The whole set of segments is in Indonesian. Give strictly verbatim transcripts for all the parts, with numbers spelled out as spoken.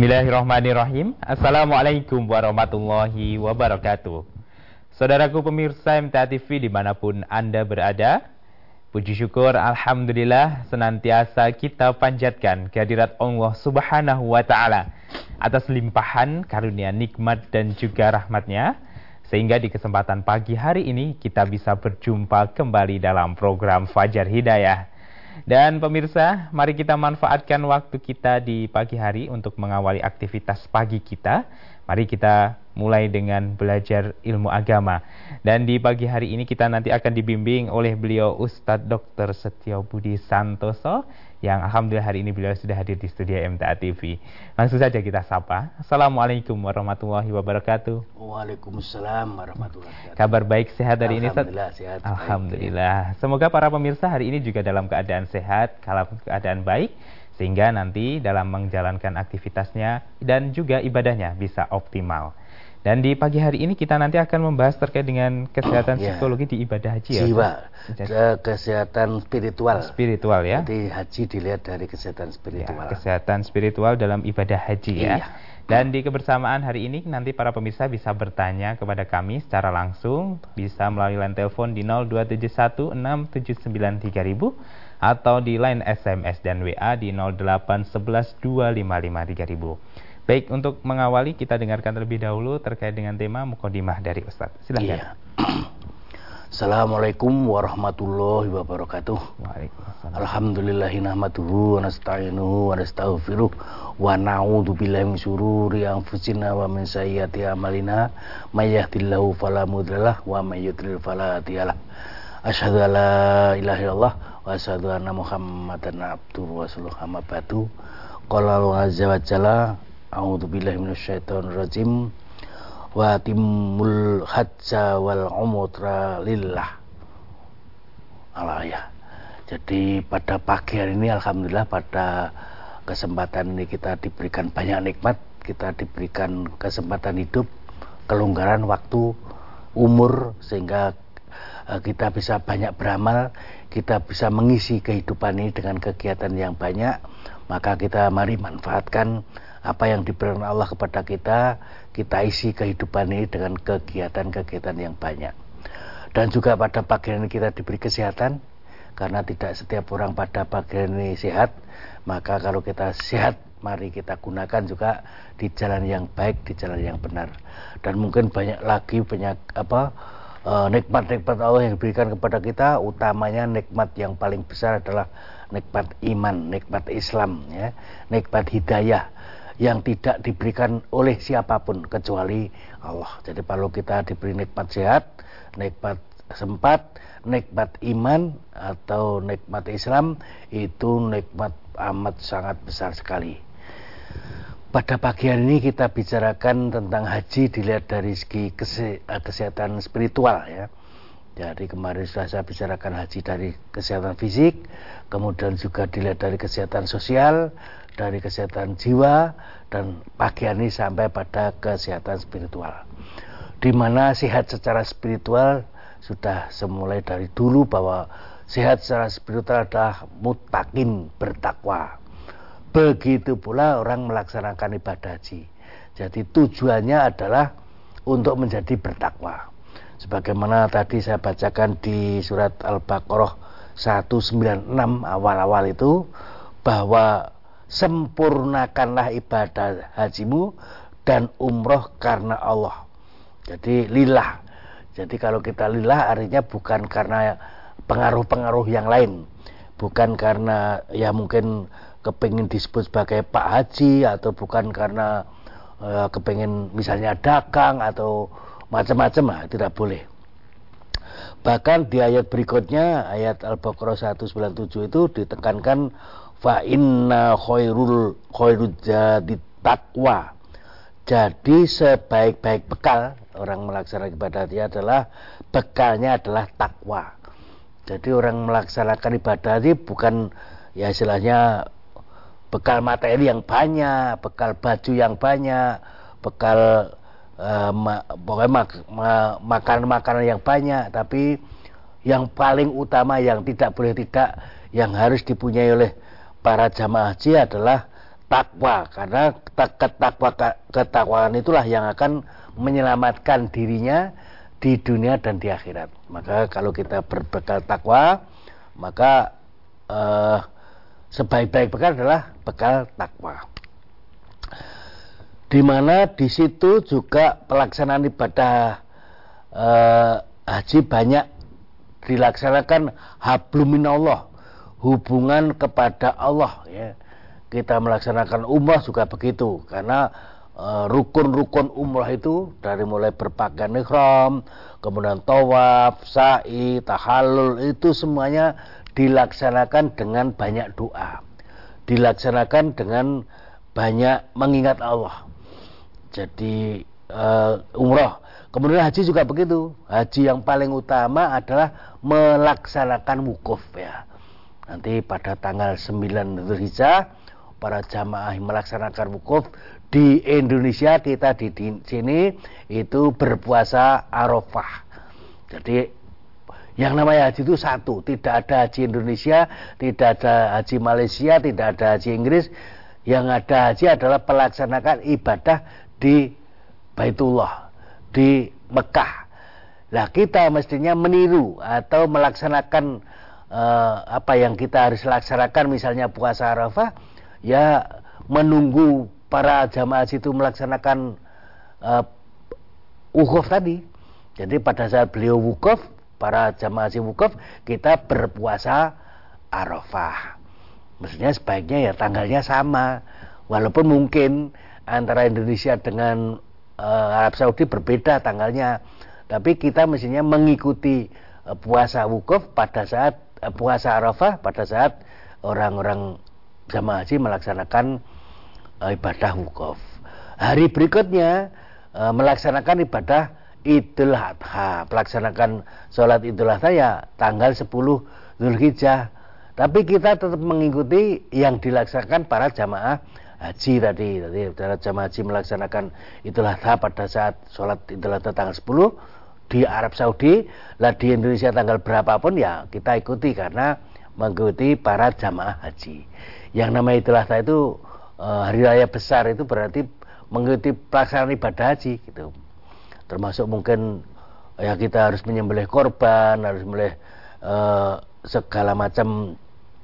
Bismillahirrahmanirrahim. Assalamualaikum warahmatullahi wabarakatuh. Saudaraku pemirsa M T A T V dimanapun Anda berada, puji syukur Alhamdulillah senantiasa kita panjatkan kehadirat Allah Subhanahu wa Ta'ala atas limpahan karunia nikmat dan juga rahmatnya, sehingga di kesempatan pagi hari ini kita bisa berjumpa kembali dalam program Fajar Hidayah. Dan pemirsa, mari kita manfaatkan waktu kita di pagi hari untuk mengawali aktivitas pagi kita. Mari kita mulai dengan belajar ilmu agama. Dan di pagi hari ini kita nanti akan dibimbing oleh beliau Ustadz Doktor Setio Budi Santoso, yang Alhamdulillah hari ini beliau sudah hadir di studio M T A T V. Langsung saja kita sapa. Assalamualaikum warahmatullahi wabarakatuh. Waalaikumsalam warahmatullahi wabarakatuh. Kabar baik, sehat hari ini, Ustadz? Alhamdulillah sehat. Alhamdulillah. Baik. Semoga para pemirsa hari ini juga dalam keadaan sehat, dalam keadaan baik, sehingga nanti dalam menjalankan aktivitasnya dan juga ibadahnya bisa optimal. Dan di pagi hari ini kita nanti akan membahas terkait dengan kesehatan ya, psikologi di ibadah haji, ya. Jiwa, kesehatan spiritual. Spiritual, ya. Jadi haji dilihat dari kesehatan spiritual. Ya, kesehatan spiritual dalam ibadah haji, ya. Iya. Dan di kebersamaan hari ini nanti para pemirsa bisa bertanya kepada kami secara langsung, bisa melalui line telepon di nol dua tujuh satu enam tujuh sembilan tiga nol nol nol atau di line S M S dan W A di nol delapan satu satu dua lima lima tiga nol nol nol. Baik, untuk mengawali kita dengarkan terlebih dahulu terkait dengan tema mukadimah dari Ustadz. Silakan. Iya. Assalamualaikum warahmatullahi wabarakatuh. Waalaikumsalam. Alhamdulillahi nahmaduhu wa nasta'inuhu wa nastaghfiruh wa na'udzu billahi min syururi anfusina wa min sayyiati a'malina may yahdihillahu fala mudhillalah wa may yudlil fala hadiyalah. Asyhadu an la ilaha illallah wa asyhadu anna Muhammadan abduhu wa rasuluhu, amma ba'du. Qala Allahu azza wa jalla, a'udzu billahi minasyaitonir rajim. Wa timmul hajja wal umrata lillah. Al-ayah. Jadi pada pagi hari ini alhamdulillah pada kesempatan ini kita diberikan banyak nikmat, kita diberikan kesempatan hidup, kelonggaran waktu, umur, sehingga uh, kita bisa banyak beramal, kita bisa mengisi kehidupan ini dengan kegiatan yang banyak. Maka kita mari manfaatkan apa yang diberikan Allah kepada kita, kita isi kehidupan ini dengan kegiatan-kegiatan yang banyak. Dan juga pada pagi ini kita diberi kesehatan, karena tidak setiap orang pada pagi ini sehat. Maka kalau kita sehat, mari kita gunakan juga di jalan yang baik, di jalan yang benar. Dan mungkin banyak lagi banyak apa nikmat-nikmat Allah yang diberikan kepada kita. Utamanya nikmat yang paling besar adalah nikmat iman, nikmat Islam, ya, nikmat hidayah, yang tidak diberikan oleh siapapun kecuali Allah. Jadi kalau kita diberi nikmat sehat, nikmat sempat, nikmat iman atau nikmat Islam, itu nikmat amat sangat besar sekali. Pada pagi hari ini kita bicarakan tentang haji dilihat dari segi kesehatan spiritual, ya. Jadi kemarin sudah saya bicarakan haji dari kesehatan fisik, kemudian juga dilihat dari kesehatan sosial, dari kesehatan jiwa, dan pagi ini sampai pada kesehatan spiritual, di mana sehat secara spiritual sudah semulai dari dulu bahwa sehat secara spiritual adalah muttaqin, bertakwa. Begitu pula orang melaksanakan ibadah haji. Jadi tujuannya adalah untuk menjadi bertakwa. Sebagaimana tadi saya bacakan di surat Al-Baqarah seratus sembilan puluh enam awal-awal itu, bahwa sempurnakanlah ibadah hajimu dan umroh karena Allah. Jadi lillah. Jadi kalau kita lillah artinya bukan karena pengaruh-pengaruh yang lain, bukan karena ya mungkin kepingin disebut sebagai Pak Haji, atau bukan karena uh, kepingin misalnya dagang atau macam-macam, lah, tidak boleh. Bahkan di ayat berikutnya, ayat Al-Baqarah seratus sembilan puluh tujuh itu ditekankan fa inna khairul khairul jadi taqwa. Jadi sebaik-baik bekal orang melaksanakan ibadah haji adalah bekalnya adalah takwa. Jadi orang melaksanakan ibadah haji bukan ya istilahnya bekal materi yang banyak, bekal baju yang banyak, bekal uh, ma pokoknya mak ma makanan-makanan yang banyak, tapi yang paling utama yang tidak boleh tidak, yang harus dipunyai oleh para jamaah haji adalah takwa, karena ketakwa ketakwaan itulah yang akan menyelamatkan dirinya di dunia dan di akhirat. Maka kalau kita berbekal takwa, maka eh, sebaik-baik bekal adalah bekal takwa. Di mana di situ juga pelaksanaan ibadah eh, haji banyak dilaksanakan habluminallah, hubungan kepada Allah ya. Kita melaksanakan umrah juga begitu, karena uh, rukun-rukun umrah itu dari mulai berpakaian ihram, kemudian tawaf, sa'i, tahallul, itu semuanya dilaksanakan dengan banyak doa, dilaksanakan dengan banyak mengingat Allah. Jadi uh, umrah, kemudian haji juga begitu. Haji yang paling utama adalah melaksanakan wukuf ya. Nanti pada tanggal sembilan Dzulhijjah para jamaah melaksanakan wukuf. Di Indonesia kita di, di sini itu berpuasa Arafah. Jadi yang namanya haji itu satu, tidak ada haji Indonesia, tidak ada haji Malaysia, tidak ada haji Inggris. Yang ada haji adalah melaksanakan ibadah di Baitullah, di Mekah. Nah, kita mestinya meniru atau melaksanakan eh, apa yang kita harus laksanakan, misalnya puasa Arafah, ya menunggu para jamaah haji itu melaksanakan uh, wukuf tadi. Jadi pada saat beliau wukuf, para jamaah haji wukuf, kita berpuasa Arafah. Mestinya sebaiknya ya tanggalnya sama, walaupun mungkin antara Indonesia dengan uh, Arab Saudi berbeda tanggalnya, tapi kita mestinya mengikuti uh, puasa wukuf pada saat uh, puasa Arafah pada saat orang-orang jamaah haji melaksanakan uh, ibadah wukuf. Hari berikutnya uh, melaksanakan ibadah Idul Adha, melaksanakan sholat Idul Adha ya tanggal sepuluh Dzulhijjah. Tapi kita tetap mengikuti yang dilaksanakan para jamaah haji tadi. Tadi para jamaah haji melaksanakan Idul Adha pada saat sholat Idul Adha tanggal sepuluh di Arab Saudi. Lah di Indonesia tanggal berapapun ya kita ikuti, karena mengikuti para jamaah haji. Yang namanya Idul Adha itu uh, hari raya besar, itu berarti mengikuti pelaksanaan ibadah haji gitu. Termasuk mungkin ya kita harus menyembelih korban, harus menyembelih uh, segala macam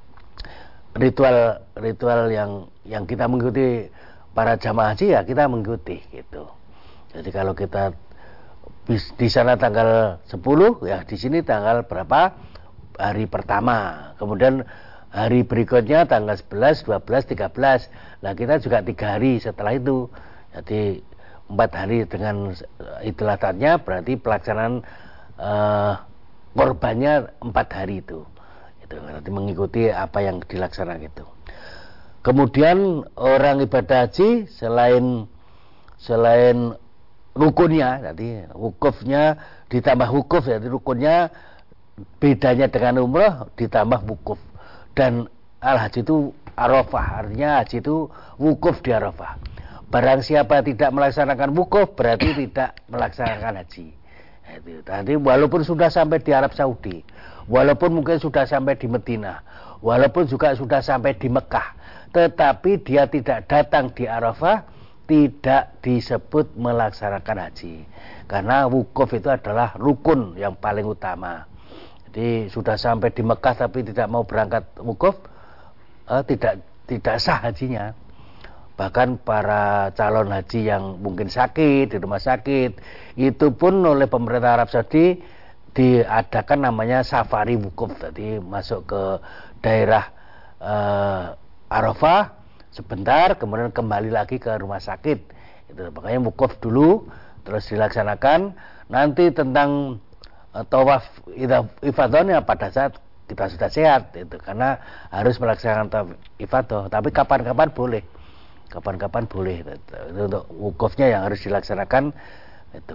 ritual-ritual yang yang kita mengikuti para jamaah haji ya kita mengikuti gitu. Jadi kalau kita di sana tanggal sepuluh ya di sini tanggal berapa hari pertama, kemudian hari berikutnya tanggal sebelas, dua belas, tiga belas. Nah kita juga tiga hari setelah itu. Jadi empat hari dengan Idul Adha-nya, berarti pelaksanaan uh, korbannya empat hari itu. Itu nanti mengikuti apa yang dilaksanakan itu. Kemudian orang ibadah haji selain selain rukunnya, jadi wukufnya ditambah wukuf, jadi rukunnya bedanya dengan umrah ditambah wukuf. Dan al-haji itu Arafah, artinya haji itu wukuf di Arafah. Barang siapa tidak melaksanakan wukuf berarti tidak melaksanakan haji. Itu. Tadi walaupun sudah sampai di Arab Saudi, walaupun mungkin sudah sampai di Madinah, walaupun juga sudah sampai di Mekah, tetapi dia tidak datang di Arafah, tidak disebut melaksanakan haji. Karena wukuf itu adalah rukun yang paling utama. Jadi sudah sampai di Mekah tapi tidak mau berangkat wukuf, eh, tidak tidak sah hajinya. Bahkan para calon haji yang mungkin sakit di rumah sakit, itu pun oleh pemerintah Arab Saudi diadakan namanya safari wukuf. Jadi masuk ke daerah eh, Arafah sebentar, kemudian kembali lagi ke rumah sakit. Itu makanya wukuf dulu, terus dilaksanakan. Nanti tentang tawaf ifadah pada saat kita sudah sehat itu, karena harus melaksanakan tawaf ifadah, tapi kapan-kapan boleh kapan-kapan boleh itu, itu untuk wukufnya yang harus dilaksanakan itu.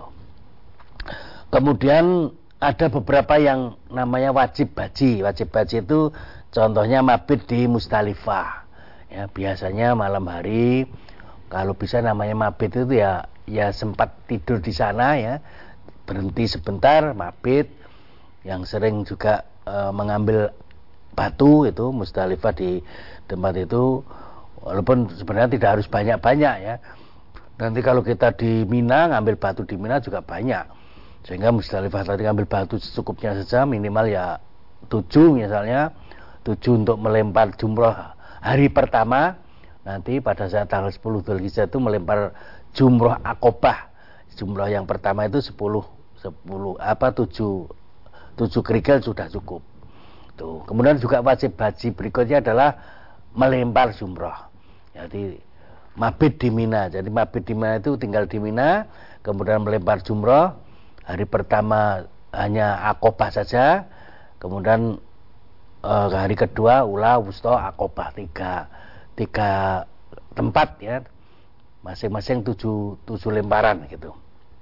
Kemudian ada beberapa yang namanya wajib haji. Wajib haji itu contohnya mabit di Musdalifah ya, biasanya malam hari kalau bisa namanya mabit itu ya ya sempat tidur di sana ya, berhenti sebentar, mabit. Yang sering juga e, mengambil batu itu Musdalifah di tempat itu Walaupun sebenarnya tidak harus banyak-banyak ya. Nanti kalau kita di Mina, ngambil batu di Mina juga banyak. Sehingga Musdalifah tadi ngambil batu secukupnya saja, minimal ya tujuh misalnya. Tujuh untuk melempar jumroh hari pertama. Nanti pada saat tanggal sepuluh Dzulhijjah itu melempar jumroh akobah. Jumroh yang pertama itu sepuluh, sepuluh apa tujuh, tujuh kerikil sudah cukup. Tuh. Kemudian juga wajib haji berikutnya adalah melempar jumroh. Jadi mabit di Mina. Jadi mabit di Mina itu tinggal di Mina, kemudian melempar jumroh. Hari pertama hanya akobah saja, kemudian eh, hari kedua ula, wusta, akobah, tiga tiga tempat ya, masing-masing tujuh tujuh lemparan gitu.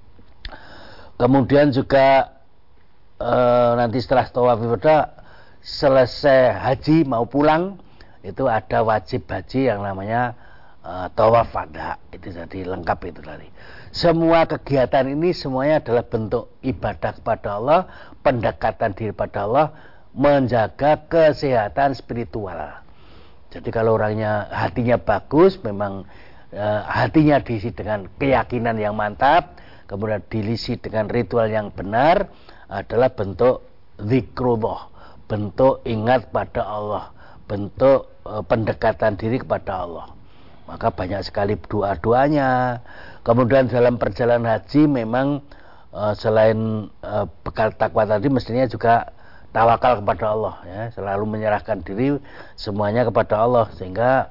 Kemudian juga eh, nanti setelah tawaf ifadah selesai haji mau pulang, itu ada wajib haji yang namanya uh, tawaf wada. Itu jadi lengkap itu tadi. Semua kegiatan ini semuanya adalah bentuk ibadah kepada Allah, pendekatan diri pada Allah, menjaga kesehatan spiritual. Jadi kalau orangnya hatinya bagus, memang uh, hatinya diisi dengan keyakinan yang mantap, kemudian diisi dengan ritual yang benar, adalah bentuk zikrullah, bentuk ingat pada Allah, bentuk e, pendekatan diri kepada Allah. Maka banyak sekali doa-doanya. Kemudian dalam perjalanan haji memang e, selain e, bekal takwa tadi, mestinya juga tawakal kepada Allah ya, selalu menyerahkan diri semuanya kepada Allah, sehingga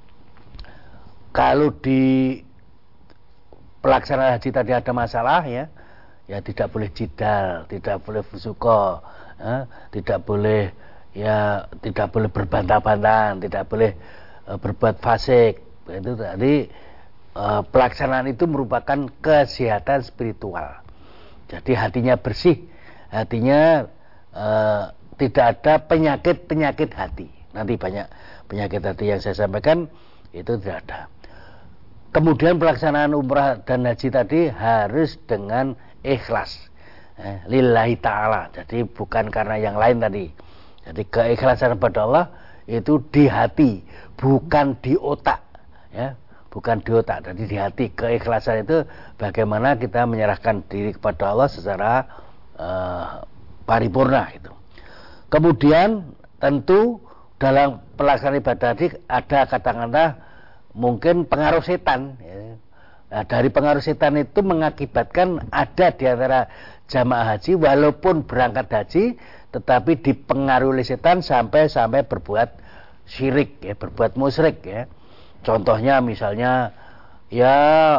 kalau di pelaksanaan haji tadi ada masalah ya, ya tidak boleh jidal, tidak boleh fusuko, ya, tidak boleh ya tidak boleh berbantah-bantahan, tidak boleh uh, berbuat fasik. Itu tadi uh, pelaksanaan itu merupakan kesehatan spiritual. Jadi hatinya bersih, hatinya uh, tidak ada penyakit-penyakit hati. Nanti banyak penyakit hati yang saya sampaikan itu tidak ada. Kemudian pelaksanaan umrah dan haji tadi harus dengan ikhlas, eh, lillahi ta'ala. Jadi bukan karena yang lain tadi. Jadi keikhlasan kepada Allah itu di hati, bukan di otak ya, bukan di otak. Jadi di hati. Keikhlasan itu bagaimana kita menyerahkan diri kepada Allah secara uh, paripurna itu. Kemudian tentu dalam pelaksanaan ibadah tadi ada kata-kata mungkin pengaruh setan ya. Nah, dari pengaruh setan itu mengakibatkan ada di antara jamaah haji walaupun berangkat haji tetapi dipengaruhi oleh setan sampai sampai berbuat syirik ya, berbuat musyrik ya. Contohnya misalnya ya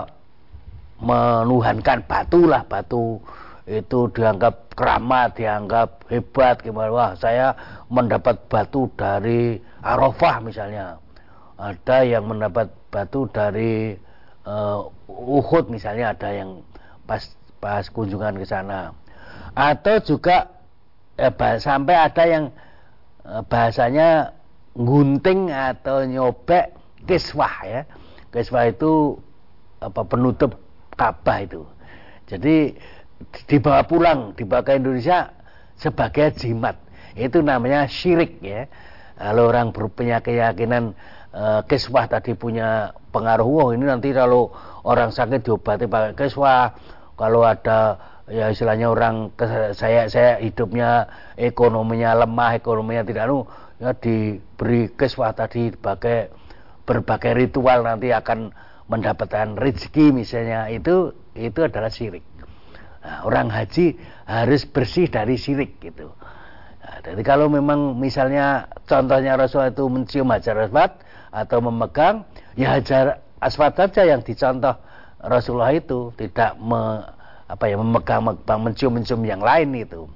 menuhankan batu lah, batu itu dianggap keramat, dianggap hebat gimana, wah saya mendapat batu dari Arafah misalnya. Ada yang mendapat batu dari uh, Uhud misalnya, ada yang pas pas kunjungan ke sana. Atau juga eh, sampai ada yang eh, bahasanya gunting atau nyobek kiswah ya. Kiswah itu apa, penutup Ka'bah itu. Jadi dibawa pulang, dibawa ke Indonesia sebagai jimat. Itu namanya syirik ya. Kalau orang berpunya keyakinan uh, kiswah tadi punya pengaruh, wah ini nanti kalau orang sakit diobati pakai kiswah, kalau ada ya istilahnya orang saya saya hidupnya ekonominya lemah, ekonominya tidak anu ya, diberi kiswah tadi pakai berbagai ritual nanti akan mendapatkan rezeki misalnya, itu itu adalah syirik. Nah, orang haji harus bersih dari syirik gitu. Nah, jadi kalau memang misalnya contohnya Rasulullah itu mencium hajar aswad atau memegang, ya hajar aswad saja yang dicontoh Rasulullah itu, tidak me, apa ya memegang-megang, mencium-mencium yang lain itu.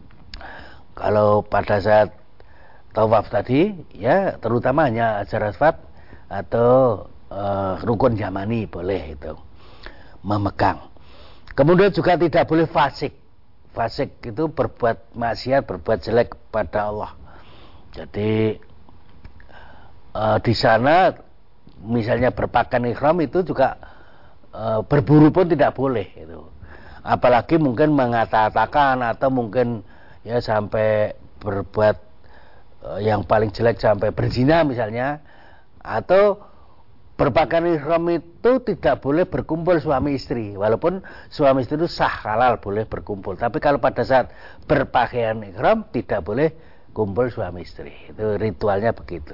Kalau pada saat tawaf tadi ya terutama hanya hajar aswad atau uh, rukun yamani boleh itu memegang. Kemudian juga tidak boleh fasik. Fasik itu berbuat maksiat, berbuat jelek kepada Allah. Jadi uh, di sana misalnya berpakaian ihram itu juga uh, berburu pun tidak boleh itu. Apalagi mungkin mengata-atakan atau mungkin ya sampai berbuat uh, yang paling jelek sampai berzina misalnya, Atau berpakaian ihram itu tidak boleh berkumpul suami istri, walaupun suami istri itu sah halal boleh berkumpul, tapi kalau pada saat berpakaian ihram tidak boleh kumpul suami istri, itu ritualnya begitu.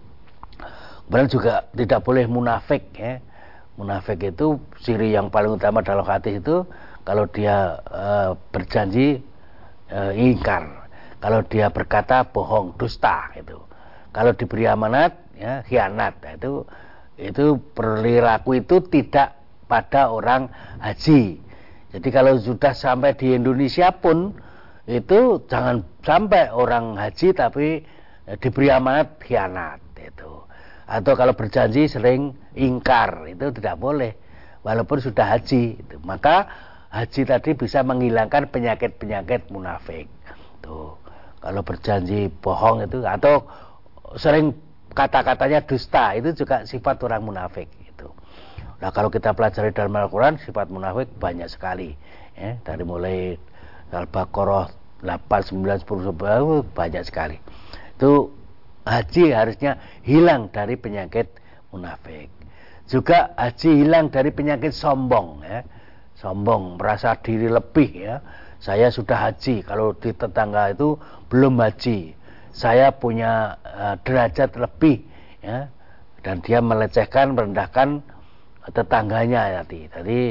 Kemudian juga tidak boleh munafik ya. Munafik itu ciri yang paling utama dalam hadis itu kalau dia e, berjanji e, ingkar, kalau dia berkata bohong, dusta itu. Kalau diberi amanat ya khianat. Nah, itu itu perilaku itu tidak pada orang haji. Jadi kalau sudah sampai di Indonesia pun itu jangan sampai orang haji tapi diberi amanat khianat itu. Atau kalau berjanji sering ingkar, itu tidak boleh walaupun sudah haji itu. Maka haji tadi bisa menghilangkan penyakit-penyakit munafik tuh. Kalau berjanji bohong itu atau sering kata-katanya dusta, itu juga sifat orang munafik itu. Nah, kalau kita pelajari dalam Al-Quran, sifat munafik banyak sekali ya, dari mulai Al-Baqarah delapan, sembilan, sepuluh, sebelas banyak sekali. Itu haji harusnya hilang dari penyakit munafik. Juga haji hilang dari penyakit sombong ya. Sombong, merasa diri lebih ya. Saya sudah haji, kalau di tetangga itu belum haji. Saya punya uh, derajat lebih ya, dan dia melecehkan, merendahkan tetangganya tadi. Tadi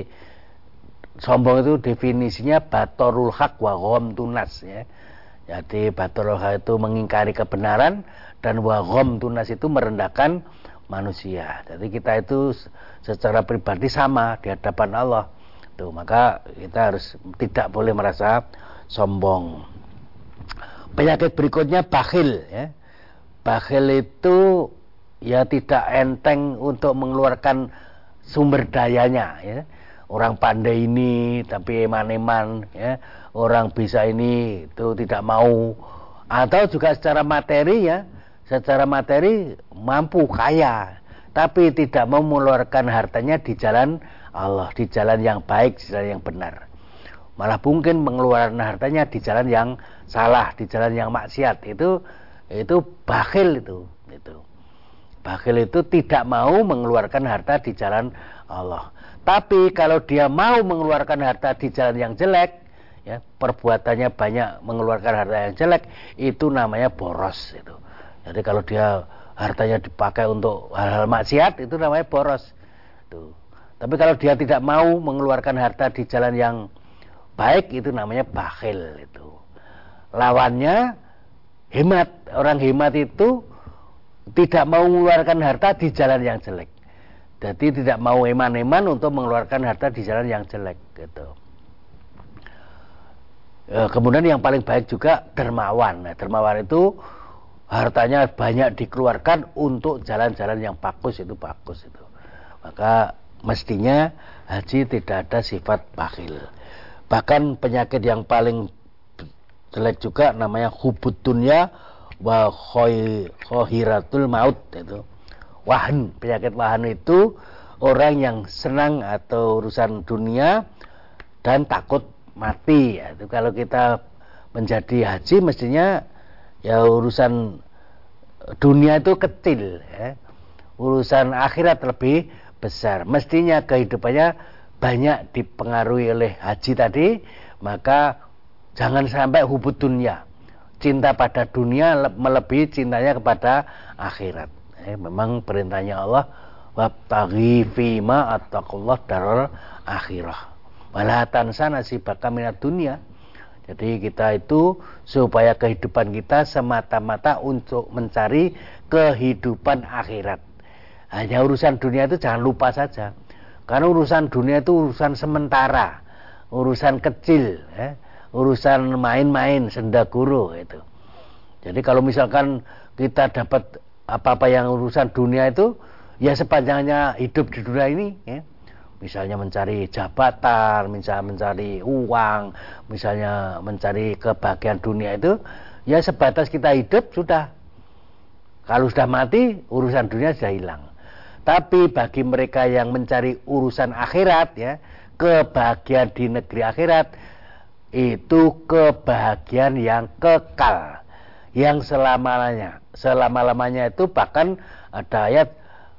sombong itu definisinya batorul haq wa ghamtun nas ya. Jadi batorul haq itu mengingkari kebenaran dan wa ghamtun nas itu merendahkan manusia. Jadi kita itu secara pribadi sama di hadapan Allah. Tuh, maka kita harus tidak boleh merasa sombong. Penyakit berikutnya bakhil ya. Bakhil itu ya tidak enteng untuk mengeluarkan sumber dayanya ya. Orang pandai ini tapi eman-eman ya. Orang bisa ini itu tidak mau. Atau juga secara materi ya. Secara materi mampu kaya, tapi tidak mau mengeluarkan hartanya di jalan Allah, di jalan yang baik, di jalan yang benar. Malah mungkin mengeluarkan hartanya di jalan yang salah, di jalan yang maksiat. Itu itu bakhil itu. Itu. Bakhil itu tidak mau mengeluarkan harta di jalan Allah. Tapi kalau dia mau mengeluarkan harta di jalan yang jelek, ya, perbuatannya banyak mengeluarkan harta yang jelek, itu namanya boros itu. Jadi kalau dia hartanya dipakai untuk hal-hal maksiat, itu namanya boros. Tuh. Tapi kalau dia tidak mau mengeluarkan harta di jalan yang baik, itu namanya bakhil itu. Lawannya hemat. Orang hemat itu tidak mau mengeluarkan harta di jalan yang jelek. Jadi tidak mau eman-eman untuk mengeluarkan harta di jalan yang jelek gitu. E, kemudian yang paling baik juga dermawan. Nah, dermawan itu hartanya banyak dikeluarkan untuk jalan-jalan yang bagus, itu bagus itu. Maka mestinya haji tidak ada sifat bakhil. Bahkan penyakit yang paling jelek juga namanya hubud dunya wa khohiratul maut itu. Wahan, penyakit wahan itu orang yang senang atau urusan dunia dan takut mati. Itu kalau kita menjadi haji mestinya ya urusan dunia itu kecil ya. Urusan akhirat lebih besar. Mestinya kehidupannya banyak dipengaruhi oleh haji tadi, maka jangan sampai hubud dunia. Cinta pada dunia melebihi cintanya kepada akhirat. Eh, memang perintahnya Allah, wabtaghi fima attaqullah darul akhirah. Wala tansa nasibaka minad dunya. Jadi kita itu supaya kehidupan kita semata-mata untuk mencari kehidupan akhirat. Hanya urusan dunia itu jangan lupa saja. Karena urusan dunia itu urusan sementara, urusan kecil, ya. Urusan main-main, sendaguru itu. Jadi kalau misalkan kita dapat apa-apa yang urusan dunia itu, ya sepanjangnya hidup di dunia ini, ya. Misalnya mencari jabatan, misalnya mencari uang, misalnya mencari kebahagiaan dunia itu, ya sebatas kita hidup sudah. Kalau sudah mati, urusan dunia sudah hilang. Tapi bagi mereka yang mencari urusan akhirat, ya, kebahagiaan di negeri akhirat, itu kebahagiaan yang kekal, yang selama-lamanya. Selama-lamanya itu bahkan ada ayat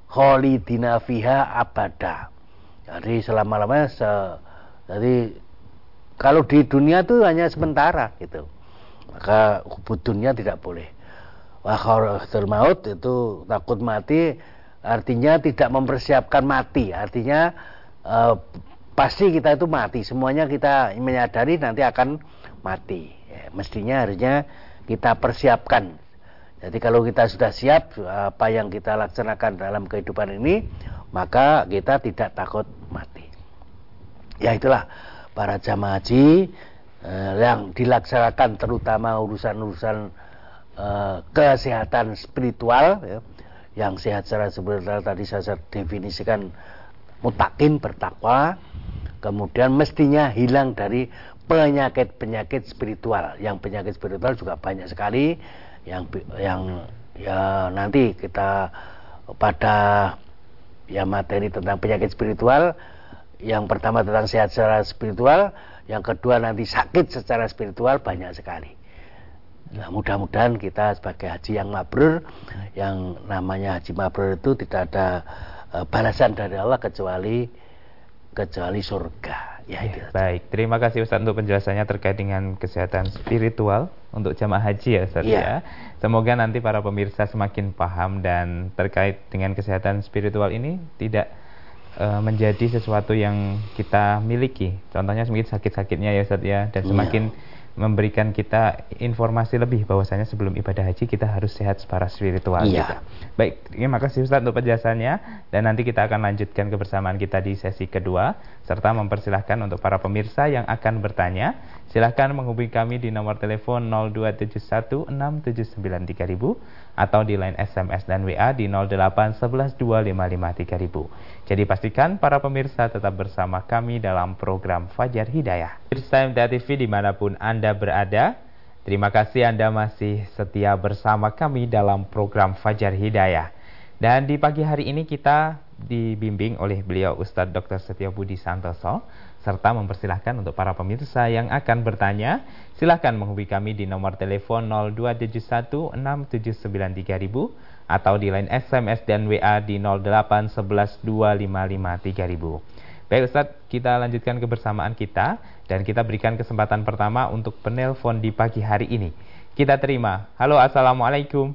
khalidina fiha abada. Jadi selama-lamanya se, jadi kalau di dunia itu hanya sementara gitu. Maka hubud dunia tidak boleh. Wa khawful maut itu takut mati, artinya tidak mempersiapkan mati. Artinya eh, pasti kita itu mati. Semuanya kita menyadari nanti akan mati. Ya, mestinya harusnya kita persiapkan. Jadi kalau kita sudah siap apa yang kita laksanakan dalam kehidupan ini, maka kita tidak takut mati. Ya itulah para jamaah haji eh, yang dilaksanakan terutama urusan-urusan eh, kesehatan spiritual, ya, yang sehat secara spiritual tadi saya definisikan mutakin, bertakwa, kemudian mestinya hilang dari penyakit-penyakit spiritual. Yang penyakit spiritual juga banyak sekali, yang yang ya nanti kita pada ya materi tentang penyakit spiritual. Yang pertama tentang sehat secara spiritual, yang kedua nanti sakit secara spiritual, banyak sekali. Nah, mudah-mudahan kita sebagai haji yang mabrur, yang namanya haji mabrur itu tidak ada uh, balasan dari Allah kecuali kecuali surga. Ya, itu. Baik, terima kasih Ustaz untuk penjelasannya terkait dengan kesehatan spiritual untuk jamaah haji ya Ustaz ya. ya. Semoga nanti para pemirsa semakin paham dan terkait dengan kesehatan spiritual ini tidak uh, menjadi sesuatu yang kita miliki. Contohnya semakin sakit-sakitnya ya Ustaz ya, dan semakin ya. memberikan kita informasi lebih bahwasanya sebelum ibadah haji kita harus sehat secara spiritual. Iya. Gitu. Baik, terima kasih Ustaz untuk penjelasannya, dan nanti kita akan lanjutkan kebersamaan kita di sesi kedua, serta mempersilahkan untuk para pemirsa yang akan bertanya, silahkan menghubungi kami di nomor telepon nol dua tujuh satu enam tujuh sembilan tiga nol nol nol atau di line S M S dan W A di nol delapan satu satu dua lima lima tiga nol nol nol. Jadi pastikan para pemirsa tetap bersama kami dalam program Fajar Hidayah. Pemirsa M T A T V dimanapun Anda berada, terima kasih Anda masih setia bersama kami dalam program Fajar Hidayah. Dan di pagi hari ini kita dibimbing oleh beliau Ustadz Doktor Setio Budi Santoso, serta mempersilahkan untuk para pemirsa yang akan bertanya, silahkan menghubungi kami di nomor telepon nol dua tujuh satu enam tujuh sembilan tiga nol nol nol atau di line S M S dan W A di nol delapan satu satu dua lima lima tiga nol nol nol. Baik Ustadz, kita lanjutkan kebersamaan kita dan kita berikan kesempatan pertama untuk penelpon di pagi hari ini. Kita terima. Halo, assalamualaikum.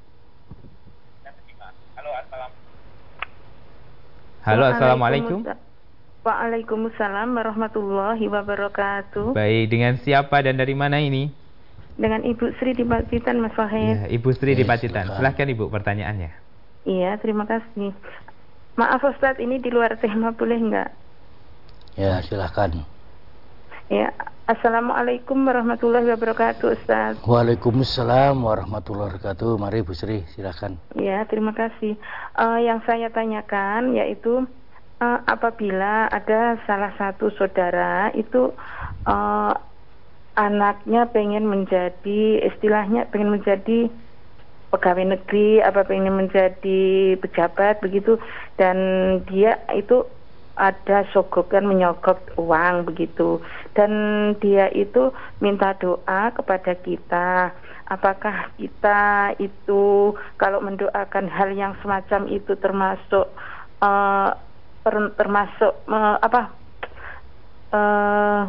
Halo, assalamualaikum. Halo, assalamualaikum. Waalaikumsalam warahmatullahi wabarakatuh. Baik, dengan siapa dan dari mana ini? Dengan Ibu Sri di Pacitan, Mas Wahid. Ya, Ibu Sri di Pacitan. Silahkan Ibu pertanyaannya. Iya, terima kasih. Maaf Ustadz, ini di luar tema, boleh nggak? Ya, silahkan. Ya, assalamualaikum warahmatullahi wabarakatuh Ustadz. Waalaikumsalam warahmatullahi wabarakatuh. Mari Bu Sri, silahkan. Ya, terima kasih. Uh, yang saya tanyakan yaitu uh, apabila ada salah satu saudara itu uh, anaknya pengen menjadi, istilahnya pengen menjadi pegawai negeri, apa pengen menjadi pejabat begitu, dan dia itu ada sogokan menyogok uang begitu, dan dia itu minta doa kepada kita. Apakah kita itu kalau mendoakan hal yang semacam itu termasuk uh, per, termasuk uh, apa uh,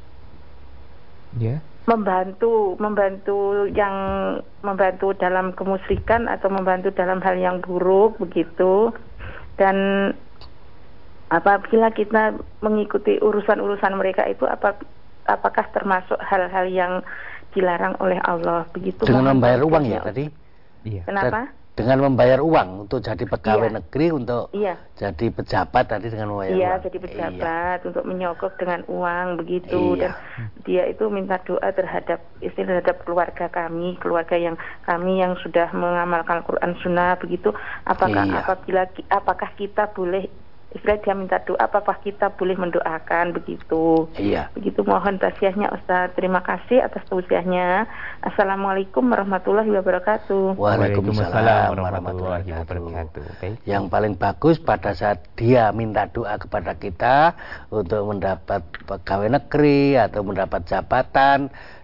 yeah. membantu membantu yang membantu dalam kemusyrikan atau membantu dalam hal yang buruk begitu. Dan apabila kita mengikuti urusan-urusan mereka itu apa, apakah termasuk hal-hal yang dilarang oleh Allah begitu? Dengan membayar uang ya tadi? Iya. Kenapa? Dengan membayar uang untuk jadi pegawai iya. negeri, untuk iya. jadi pejabat tadi dengan membayar iya, uang. Jadi pejabat iya. untuk menyogok dengan uang begitu. Iya. Dan dia itu minta doa terhadap istilah terhadap keluarga kami, keluarga yang kami yang sudah mengamalkan Quran Sunnah begitu. Apakah iya. apabila apakah kita boleh, istilah dia minta doa, apakah kita boleh mendoakan begitu? Iya. Begitu, mohon tausiahnya Ustaz. Terima kasih atas tausiahnya. Assalamualaikum warahmatullahi wabarakatuh. Waalaikumsalam warahmatullahi wabarakatuh. Okay. Yang paling bagus pada saat dia minta doa kepada kita untuk mendapat pegawai negeri atau mendapat jabatan,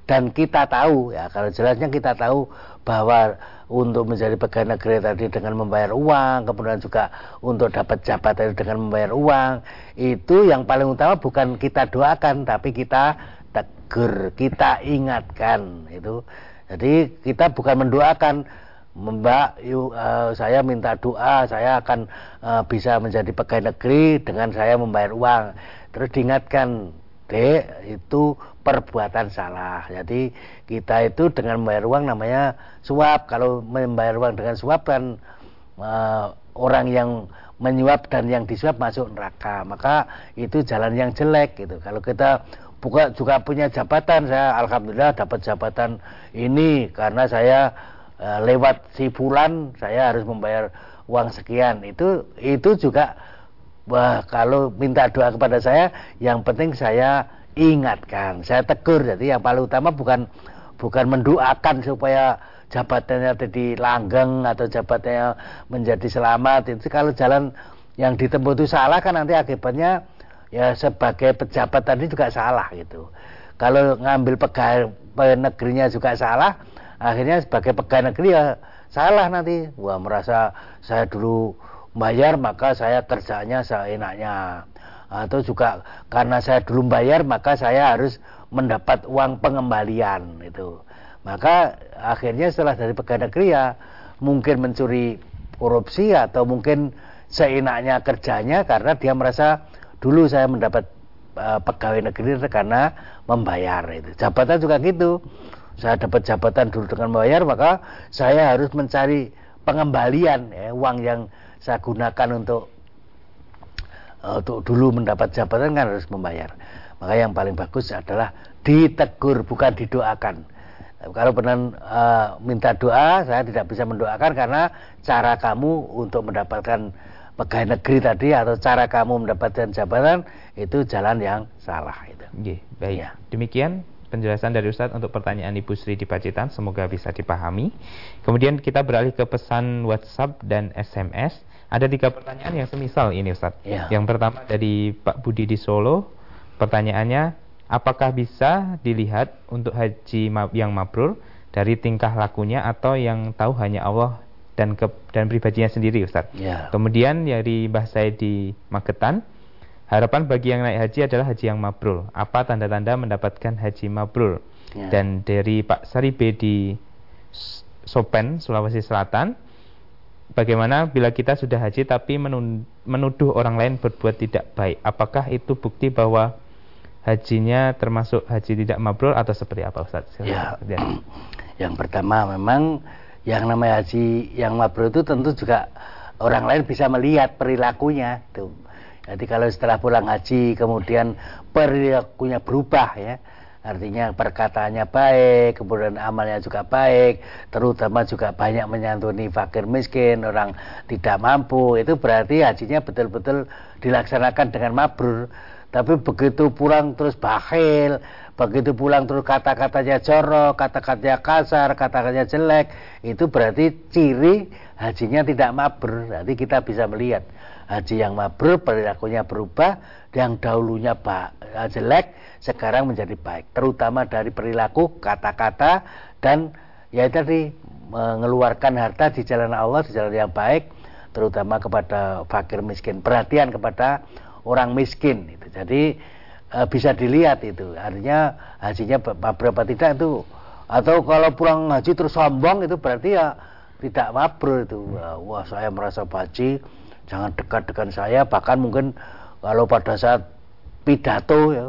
dan kita tahu ya, kalau jelasnya kita tahu bahwa untuk menjadi pegawai negeri tadi dengan membayar uang, kemudian juga untuk dapat jabatan dengan membayar uang, itu yang paling utama bukan kita doakan, tapi kita tegur, kita ingatkan itu. Jadi kita bukan mendoakan, Mbak, yuk, uh, saya minta doa, saya akan uh, bisa menjadi pegawai negeri dengan saya membayar uang. Terus diingatkan, Dek, itu perbuatan salah. Jadi kita itu dengan membayar uang namanya suap. Kalau membayar uang dengan suap kan uh, orang yang menyuap dan yang disuap masuk neraka. Maka itu jalan yang jelek gitu. Kalau kita buka juga punya jabatan, saya alhamdulillah dapat jabatan ini karena saya uh, lewat si fulan saya harus membayar uang sekian. Itu itu juga wah, kalau minta doa kepada saya, yang penting saya ingatkan, saya tegur. Jadi yang paling utama bukan bukan mendoakan supaya jabatannya jadi langgeng atau jabatannya menjadi selamat. Itu kalau jalan yang ditempuh itu salah kan nanti akibatnya ya sebagai pejabat tadi juga salah gitu. Kalau ngambil pegawai negerinya juga salah, akhirnya sebagai pegawai negeri ya salah nanti. Wah, merasa saya dulu bayar maka saya kerjanya seenaknya, atau juga karena saya dulu bayar maka saya harus mendapat uang pengembalian itu. Maka akhirnya setelah dari pegawai negeri ya mungkin mencuri korupsi atau mungkin seenaknya kerjanya karena dia merasa dulu saya mendapat uh, pegawai negeri karena membayar itu. Jabatan juga gitu, saya dapat jabatan dulu dengan membayar maka saya harus mencari pengembalian ya, uang yang saya gunakan untuk uh, untuk dulu mendapat jabatan kan harus membayar. Maka yang paling bagus adalah ditegur, bukan didoakan. Kalau benar uh, minta doa, saya tidak bisa mendoakan karena cara kamu untuk mendapatkan pegawai negeri tadi atau cara kamu mendapatkan jabatan itu jalan yang salah itu. Oke, baik. Ya. Demikian penjelasan dari Ustadz untuk pertanyaan Ibu Sri di Pacitan, semoga bisa dipahami. Kemudian kita beralih ke pesan WhatsApp dan S M S. Ada tiga pertanyaan yang semisal ini Ustadz. Ya. Yang pertama dari Pak Budi di Solo. Pertanyaannya, apakah bisa dilihat untuk haji yang mabrur dari tingkah lakunya atau yang tahu hanya Allah dan ke, dan pribadinya sendiri Ustadz? Ya. Kemudian dari Mbah Said di Magetan, harapan bagi yang naik haji adalah haji yang mabrur. Apa tanda-tanda mendapatkan haji mabrur? Ya. Dan dari Pak Saribe di Sopen, Sulawesi Selatan, bagaimana bila kita sudah haji tapi menuduh orang lain berbuat tidak baik? Apakah itu bukti bahwa hajinya termasuk haji tidak mabrur atau seperti apa Ustaz? Ya. Yang pertama memang yang namanya haji yang mabrur itu tentu juga orang lain bisa melihat perilakunya tuh. Jadi kalau setelah pulang haji kemudian perilakunya berubah ya, artinya perkataannya baik, kemudian amalnya juga baik, terutama juga banyak menyantuni fakir miskin, orang tidak mampu, itu berarti hajinya betul-betul dilaksanakan dengan mabrur. Tapi begitu pulang terus bakhil, begitu pulang terus kata-katanya jorok, kata-katanya kasar, kata-katanya jelek, itu berarti ciri hajinya tidak mabrur. Nanti kita bisa melihat haji yang mabrur perilakunya berubah, yang dahulunya jelek sekarang menjadi baik, terutama dari perilaku, kata-kata, dan ya tadi mengeluarkan harta di jalan Allah, di jalan yang baik, terutama kepada fakir miskin, perhatian kepada orang miskin itu. Jadi e, bisa dilihat itu, artinya hajinya berapa tidak itu. Atau kalau pulang haji terus sombong, itu berarti ya tidak mabrur itu. Wah, saya merasa haji, jangan dekat dengan saya. Bahkan mungkin kalau pada saat pidato ya,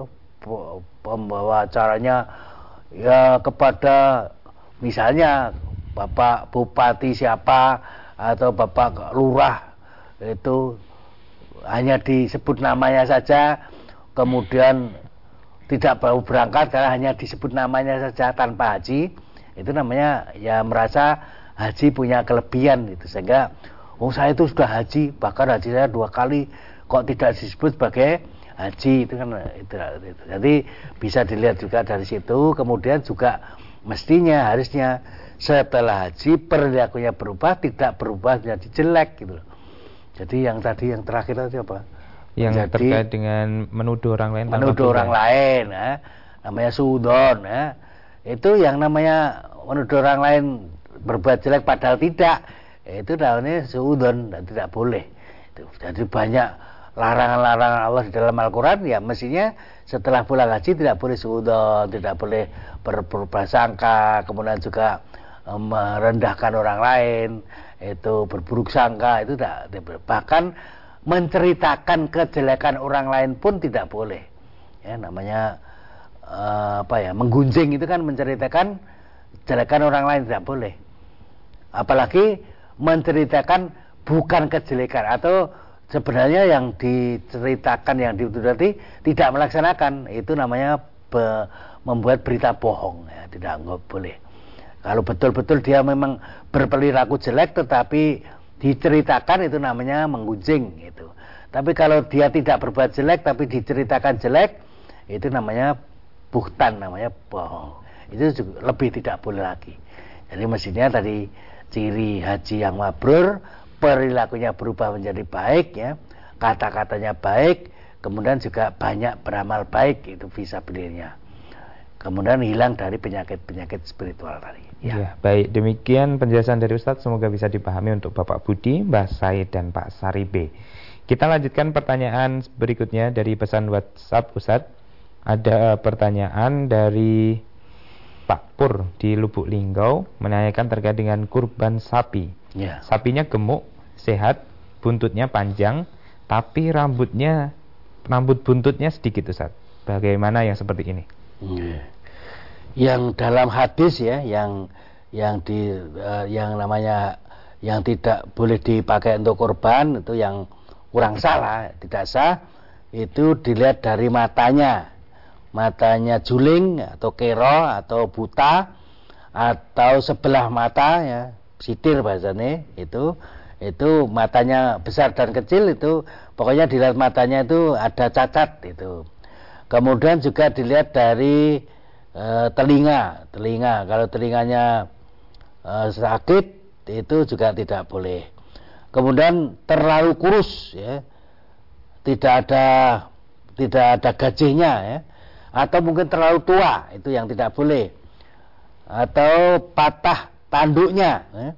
pembawa acaranya ya kepada misalnya Bapak Bupati siapa atau Bapak Lurah, itu hanya disebut namanya saja, kemudian tidak mau berangkat karena hanya disebut namanya saja tanpa haji, itu namanya ya merasa haji punya kelebihan itu. Sehingga oh saya itu sudah haji, bahkan haji saya dua kali kok tidak disebut sebagai haji, itu kan itu, itu. Jadi bisa dilihat juga dari situ. Kemudian juga mestinya harusnya setelah haji perilakunya berubah, tidak berubah menjadi jelek gitu. Jadi yang tadi yang terakhir tadi apa? Yang menjadi, terkait dengan menuduh orang lain, menuduh orang lain, ya. Namanya sudon, ya. Itu yang namanya menuduh orang lain berbuat jelek padahal tidak, itu namanya suudon, dan tidak boleh. Jadi banyak larangan-larangan Allah di dalam Al-Quran, ya mestinya setelah pulang haji tidak boleh suudon, tidak boleh ber- berprasangka, kemudian juga e, merendahkan orang lain, itu berburuk sangka, itu tidak, bahkan menceritakan kejelekan orang lain pun tidak boleh. Ya, namanya e, apa ya, menggunjing itu kan menceritakan kejelekan orang lain, tidak boleh. Apalagi menceritakan bukan kejelekan, atau sebenarnya yang diceritakan, yang dituduh tadi tidak melaksanakan, itu namanya be, membuat berita bohong, ya, tidak nggak boleh. Kalau betul-betul dia memang berperilaku jelek tetapi diceritakan, itu namanya menggunjing gitu. Tapi kalau dia tidak berbuat jelek tapi diceritakan jelek, itu namanya buhtan, namanya bohong. Itu juga lebih tidak boleh lagi. Jadi mestinya tadi ciri haji yang mabrur, perilakunya berubah menjadi baik, ya, kata-katanya baik, kemudian juga banyak beramal baik, itu bisa belinya. Kemudian hilang dari penyakit-penyakit spiritual tadi. Ya. Ya, baik, demikian penjelasan dari Ustadz, semoga bisa dipahami untuk Bapak Budi, Mbak Said, dan Pak Saribe. Kita lanjutkan pertanyaan berikutnya dari pesan WhatsApp Ustadz. Ada pertanyaan dari Pak Pur di Lubuk Linggau menanyakan terkait dengan kurban sapi. Ya. Sapinya gemuk, sehat, buntutnya panjang, tapi rambutnya, rambut buntutnya sedikit Ustaz. Bagaimana yang seperti ini? Ya. Yang dalam hadis ya, yang yang di uh, yang namanya yang tidak boleh dipakai untuk kurban, itu yang kurang salah, tidak sah, itu dilihat dari matanya. Matanya juling atau kero atau buta atau sebelah mata, ya, sitir bahasanya, itu itu matanya besar dan kecil, itu pokoknya dilihat matanya itu ada cacat itu. Kemudian juga dilihat dari e, telinga telinga kalau telinganya e, sakit, itu juga tidak boleh. Kemudian terlalu kurus, ya, tidak ada tidak ada gajihnya, ya, atau mungkin terlalu tua, itu yang tidak boleh. Atau patah tanduknya, ya,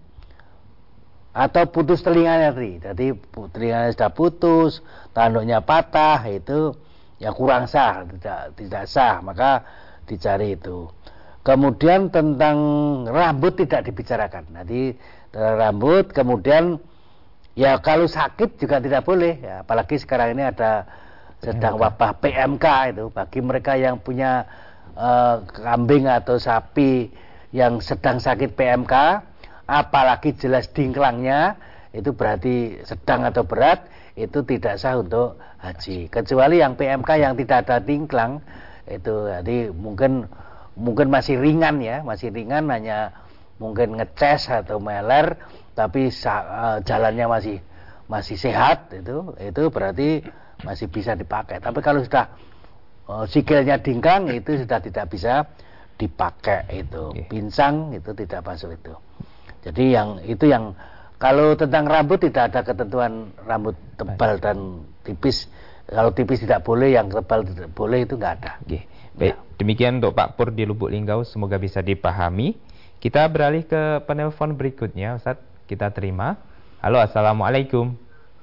atau putus telinganya tadi. Jadi telinganya sudah putus, tanduknya patah, itu ya kurang sah, tidak tidak sah, maka dicari itu. Kemudian tentang rambut tidak dibicarakan. Nanti rambut, kemudian ya kalau sakit juga tidak boleh, ya, apalagi sekarang ini ada sedang wabah P M K, itu bagi mereka yang punya uh, kambing atau sapi yang sedang sakit P M K, apalagi jelas dingklangnya, itu berarti sedang atau berat, itu tidak sah untuk haji. Kecuali yang P M K yang tidak ada dingklang, itu jadi mungkin mungkin masih ringan, ya, masih ringan, hanya mungkin ngeces atau meler, tapi uh, jalannya masih masih sehat, itu itu berarti masih bisa dipakai. Tapi kalau sudah uh, sikilnya dingkang, itu sudah tidak bisa dipakai, itu okay. Pincang, itu tidak masuk itu. Jadi yang itu yang kalau tentang rambut tidak ada ketentuan rambut tebal baik. Dan tipis. Kalau tipis tidak boleh, yang tebal tidak boleh, itu nggak ada. Okay. Baik, ya. Demikian untuk Pak Pur di Lubuk Linggau, semoga bisa dipahami. Kita beralih ke penelpon berikutnya, Ustaz. Kita terima. Halo, assalamualaikum.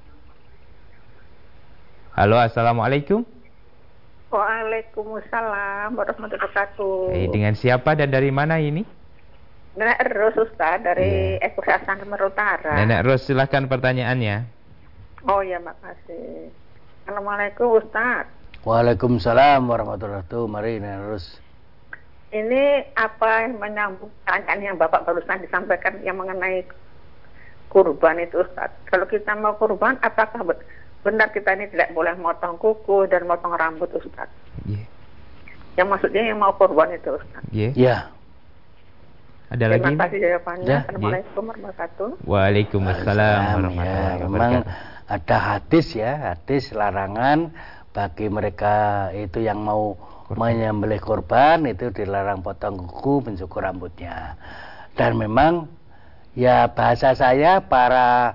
Halo, assalamualaikum. Waalaikumsalam warahmatullahi wabarakatuh. Eh, dengan siapa dan dari mana ini? Nenek Ros, Ustaz, dari yeah. Ekusasan Sumatera Utara. Nenek Ros, silahkan pertanyaannya. Oh ya, makasih. Assalamualaikum, Ustaz. Waalaikumsalam warahmatullahi wabarakatuh. Mari, Nenek Ros. Ini apa menyambung pertanyaan yang Bapak barusan disampaikan yang mengenai kurban itu, Ustaz. Kalau kita mau kurban, apakah benar kita ini tidak boleh motong kuku dan motong rambut, Ustaz? Iya. Yeah. Yang maksudnya yang mau kurban itu, Ustaz. Iya. Yeah. Yeah. Ada Terima lagi? Terima kasih jawabannya. Yeah. Assalamualaikum warahmatullahi wabarakatuh. Waalaikumsalam warahmatullahi ya, wabarakatuh. Memang ada hadis, ya, hadis larangan bagi mereka itu yang mau kurban. Menyembelih kurban, itu dilarang potong kuku, mencukur rambutnya. Dan memang ya bahasa saya para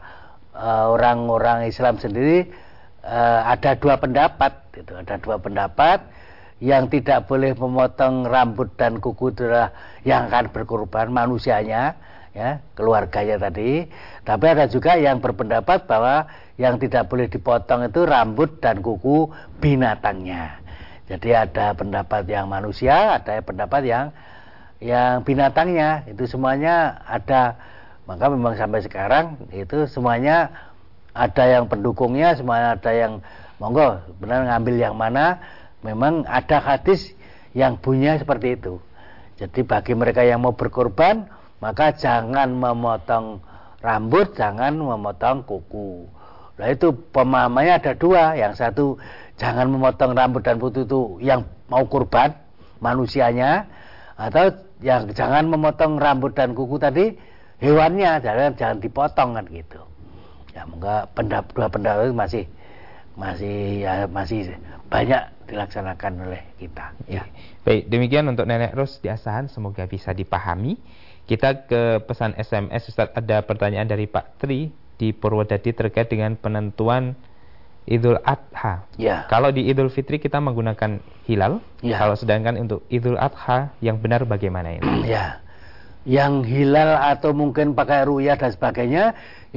orang-orang uh, Islam sendiri uh, ada dua pendapat, itu ada dua pendapat yang tidak boleh memotong rambut dan kuku adalah yang akan berkorban manusianya, ya, keluarganya tadi. Tapi ada juga yang berpendapat bahwa yang tidak boleh dipotong itu rambut dan kuku binatangnya. Jadi ada pendapat yang manusia, ada pendapat yang yang binatangnya, itu semuanya ada. Maka memang sampai sekarang itu semuanya ada yang pendukungnya, semuanya ada yang monggo benar ngambil yang mana. Memang ada hadis yang bunyinya seperti itu. Jadi bagi mereka yang mau berkorban, maka jangan memotong rambut, jangan memotong kuku. Nah itu pemahamannya ada dua. Yang satu, jangan memotong rambut dan kuku itu yang mau kurban manusianya, atau yang jangan memotong rambut dan kuku tadi hewannya, jangan jangan dipotong kan gitu. Ya moga pendap, dua pendapat itu masih masih ya, masih banyak dilaksanakan oleh kita. Ya. Baik, demikian untuk Nenek Ros di Asahan, semoga bisa dipahami. Kita ke pesan S M S, Ustaz. Ada pertanyaan dari Pak Tri di Purwodadi terkait dengan penentuan Idul Adha. Ya. Kalau di Idul Fitri kita menggunakan hilal, ya. Kalau sedangkan untuk Idul Adha yang benar bagaimana ini? Ya. Yang hilal atau mungkin pakai ruyah dan sebagainya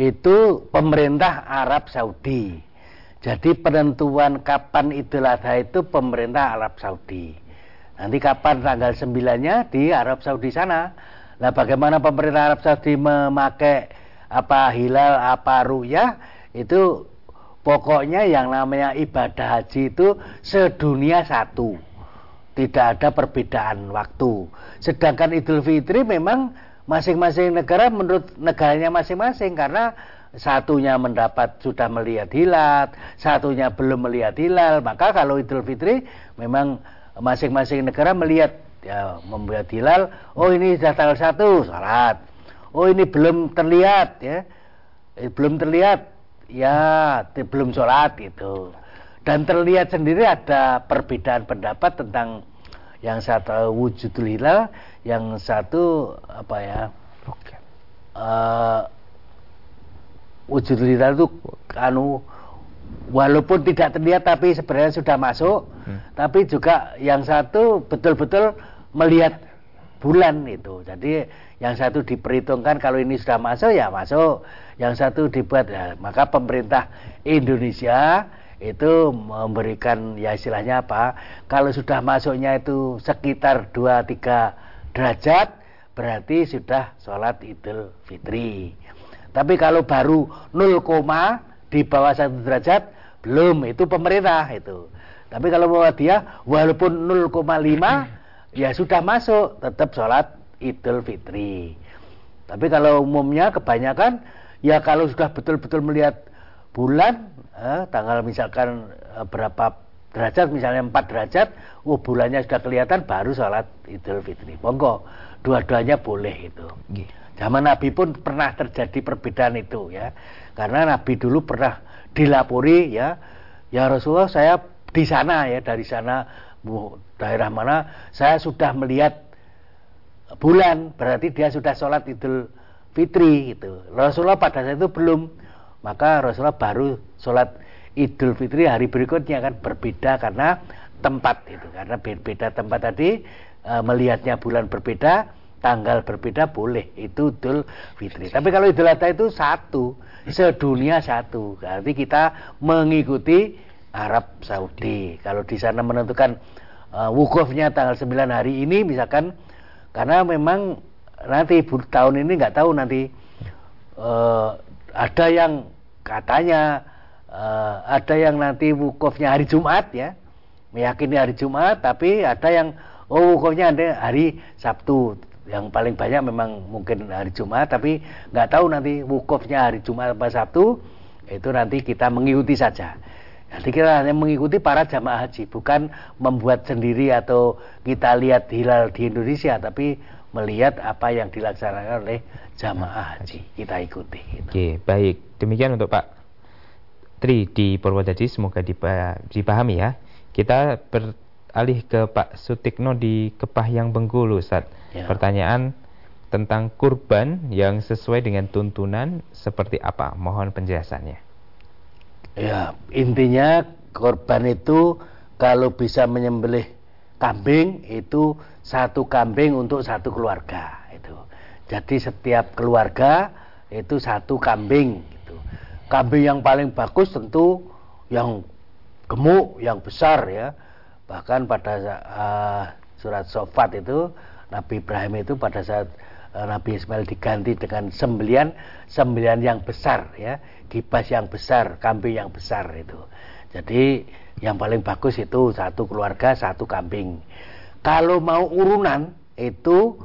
itu pemerintah Arab Saudi. Jadi penentuan kapan Idul Adha itu pemerintah Arab Saudi. Nanti kapan tanggal sembilannya di Arab Saudi sana. Nah bagaimana pemerintah Arab Saudi memakai apa hilal, apa ruyah, itu pokoknya yang namanya ibadah haji itu sedunia satu. Tidak ada perbedaan waktu. Sedangkan Idul Fitri memang masing-masing negara menurut negaranya masing-masing, karena satunya mendapat sudah melihat hilal, satunya belum melihat hilal. Maka kalau Idul Fitri memang masing-masing negara melihat, ya, membuat hilal, oh ini sudah tanggal satu, salat. Oh ini belum terlihat, ya, eh, belum terlihat, ya, belum sholat gitu. Dan terlihat sendiri ada perbedaan pendapat tentang yang satu wujudul hilal, yang satu apa ya, Oke. Uh, wujudul hilal itu anu walaupun tidak terlihat tapi sebenarnya sudah masuk, hmm. tapi juga yang satu betul-betul melihat bulan itu. Jadi yang satu diperhitungkan kalau ini sudah masuk ya masuk, yang satu dibuat ya. Maka pemerintah Indonesia itu memberikan ya istilahnya apa, kalau sudah masuknya itu sekitar dua tiga derajat berarti sudah sholat Idul Fitri. Tapi kalau baru nol, di bawah satu derajat belum, itu pemerintah itu. Tapi kalau dia walaupun nol koma lima ya sudah masuk, tetap sholat Idul Fitri. Tapi kalau umumnya kebanyakan ya kalau sudah betul-betul melihat bulan, eh, tanggal misalkan eh, berapa derajat, misalnya empat derajat, oh bulannya sudah kelihatan, baru sholat Idul Fitri. Monggo, dua-duanya boleh itu. Okay. Zaman Nabi pun pernah terjadi perbedaan itu ya, karena Nabi dulu pernah dilapori ya, ya Rasulullah saya di sana ya, dari sana daerah mana saya sudah melihat bulan, berarti dia sudah sholat Idul Fitri gitu. Rasulullah pada saat itu belum. Maka Rasulullah baru sholat Idul Fitri hari berikutnya, kan berbeda karena tempat itu, karena beda tempat tadi, e, melihatnya bulan berbeda, tanggal berbeda, boleh itu Idul Fitri. Tapi kalau Idul Adha itu satu, sedunia satu, berarti kita mengikuti Arab Saudi. Kalau di sana menentukan e, wukufnya tanggal sembilan hari ini misalkan, karena memang nanti tahun ini nggak tahu nanti e, ada yang katanya uh, ada yang nanti wukufnya hari Jumat ya, meyakini hari Jumat, tapi ada yang oh wukufnya ada hari Sabtu. Yang paling banyak memang mungkin hari Jumat, tapi nggak tahu nanti wukufnya hari Jumat atau Sabtu. Itu nanti kita mengikuti saja. Nanti kita hanya mengikuti para jamaah haji, bukan membuat sendiri atau kita lihat hilal di Indonesia, tapi melihat apa yang dilaksanakan oleh jamaah haji, kita ikuti gitu. Oke, baik. Demikian untuk Pak Tri di Purwodadi, semoga dipahami ya. Kita beralih ke Pak Sutikno di Kepahyang Bengkulu, Ustaz. Ya. Pertanyaan tentang kurban yang sesuai dengan tuntunan seperti apa? Mohon penjelasannya. Ya, intinya korban itu kalau bisa menyembelih kambing itu satu kambing untuk satu keluarga itu. Jadi setiap keluarga itu satu kambing gitu. Kambing yang paling bagus tentu yang gemuk, yang besar ya. Bahkan pada uh, surat Shofat itu Nabi Ibrahim itu pada saat uh, Nabi Ismail diganti dengan sembelian sembelian yang besar ya, kibas yang besar, kambing yang besar itu. Jadi yang paling bagus itu satu keluarga satu kambing. Kalau mau urunan itu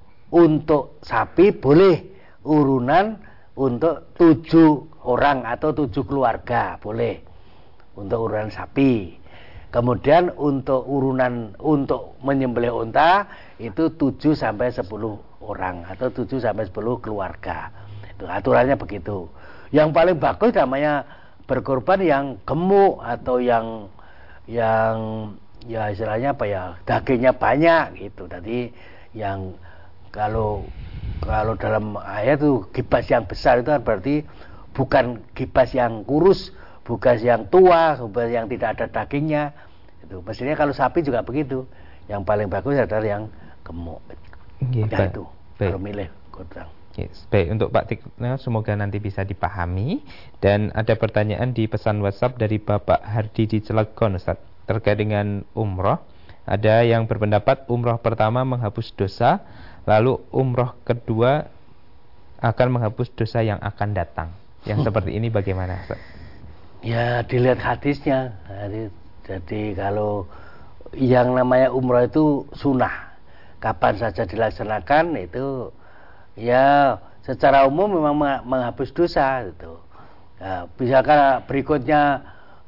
untuk sapi boleh urunan untuk tujuh orang atau tujuh keluarga boleh untuk urunan sapi. Kemudian untuk urunan untuk menyembelih unta itu tujuh sampai sepuluh orang atau tujuh sampai sepuluh keluarga. Itu aturannya begitu. Yang paling bagus namanya berkorban yang gemuk atau yang yang ya istilahnya apa ya, dagingnya banyak gitu. Tadi yang kalau kalau dalam ayat itu gibas yang besar itu berarti bukan gibas yang kurus, bukan yang tua, bukan yang tidak ada dagingnya. Itu mestinya kalau sapi juga begitu. Yang paling bagus adalah yang gemuk. Okay, ya baik. itu. Baik. Kalau milih kodang. Yes, baik, untuk Pak Tikno semoga nanti bisa dipahami. Dan ada pertanyaan di pesan WhatsApp dari Bapak Hardi di Cilegon, Ustaz, terkait dengan umroh. Ada yang berpendapat umroh pertama menghapus dosa, lalu umroh kedua akan menghapus dosa yang akan datang. Yang seperti ini bagaimana, Ustaz? Ya dilihat hadisnya. Jadi, jadi kalau yang namanya umroh itu sunnah, kapan saja dilaksanakan itu ya secara umum memang menghapus dosa gitu. Ya, misalkan berikutnya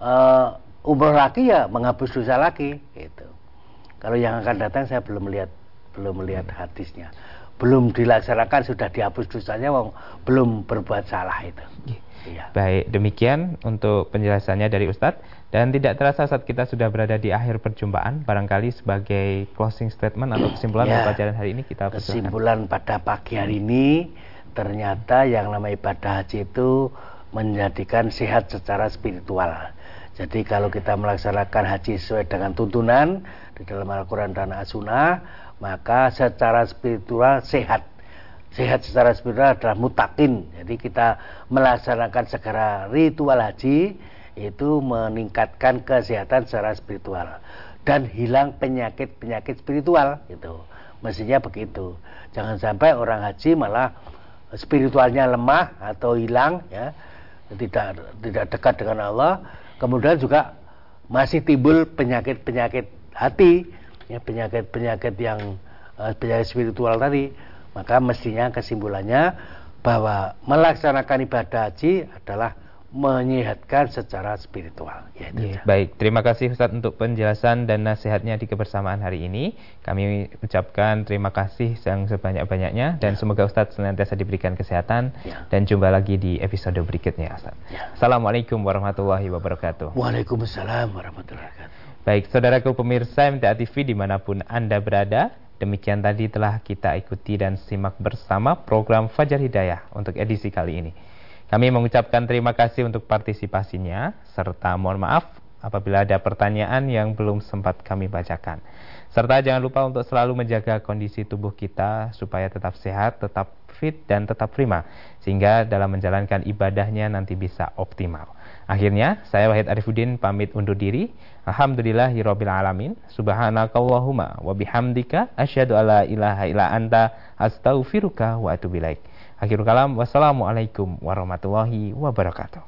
uh, umroh lagi ya menghapus dosa lagi gitu. Kalau yang akan datang saya belum melihat belum melihat hadisnya. Belum dilaksanakan sudah dihapus dosanya, wong belum berbuat salah itu. Ya. Baik, demikian untuk penjelasannya dari Ustadz. Dan tidak terasa saat kita sudah berada di akhir perjumpaan. Barangkali sebagai closing statement atau kesimpulan ya, pelajaran hari ini kita persilakan. Kesimpulan pada pagi hari ini, ternyata yang namanya ibadah haji itu menjadikan sehat secara spiritual. Jadi kalau kita melaksanakan haji sesuai dengan tuntunan di dalam Al-Quran dan As-Sunnah, maka secara spiritual sehat. Sehat secara spiritual adalah mutakin. Jadi kita melaksanakan segala ritual haji itu meningkatkan kesehatan secara spiritual dan hilang penyakit-penyakit spiritual gitu. Mestinya begitu. Jangan sampai orang haji malah spiritualnya lemah atau hilang ya, tidak tidak dekat dengan Allah. Kemudian juga masih timbul penyakit-penyakit hati, ya, penyakit-penyakit yang uh, penyakit spiritual tadi. Maka mestinya kesimpulannya bahwa melaksanakan ibadah haji adalah menyehatkan secara spiritual. Ya, ya, baik, terima kasih Ustadz untuk penjelasan dan nasihatnya di kebersamaan hari ini. Kami ucapkan terima kasih yang sebanyak-banyaknya dan ya, semoga Ustadz senantiasa diberikan kesehatan ya, dan jumpa lagi di episode berikutnya, Ustadz. Ya. Assalamualaikum warahmatullahi wabarakatuh. Waalaikumsalam warahmatullahi wabarakatuh. Baik, saudaraku pemirsa M T A T V dimanapun Anda berada, demikian tadi telah kita ikuti dan simak bersama program Fajar Hidayah untuk edisi kali ini. Kami mengucapkan terima kasih untuk partisipasinya, serta mohon maaf apabila ada pertanyaan yang belum sempat kami bacakan. Serta jangan lupa untuk selalu menjaga kondisi tubuh kita supaya tetap sehat, tetap fit, dan tetap prima, sehingga dalam menjalankan ibadahnya nanti bisa optimal. Akhirnya, saya Wahid Arifuddin pamit undur diri. Alhamdulillahirabbil alamin. Subhanakallahumma wa bihamdika asyhadu alla ilaha illa anta astaghfiruka wa atubu ilaik. Akhirul kalam, wassalamualaikum warahmatullahi wabarakatuh.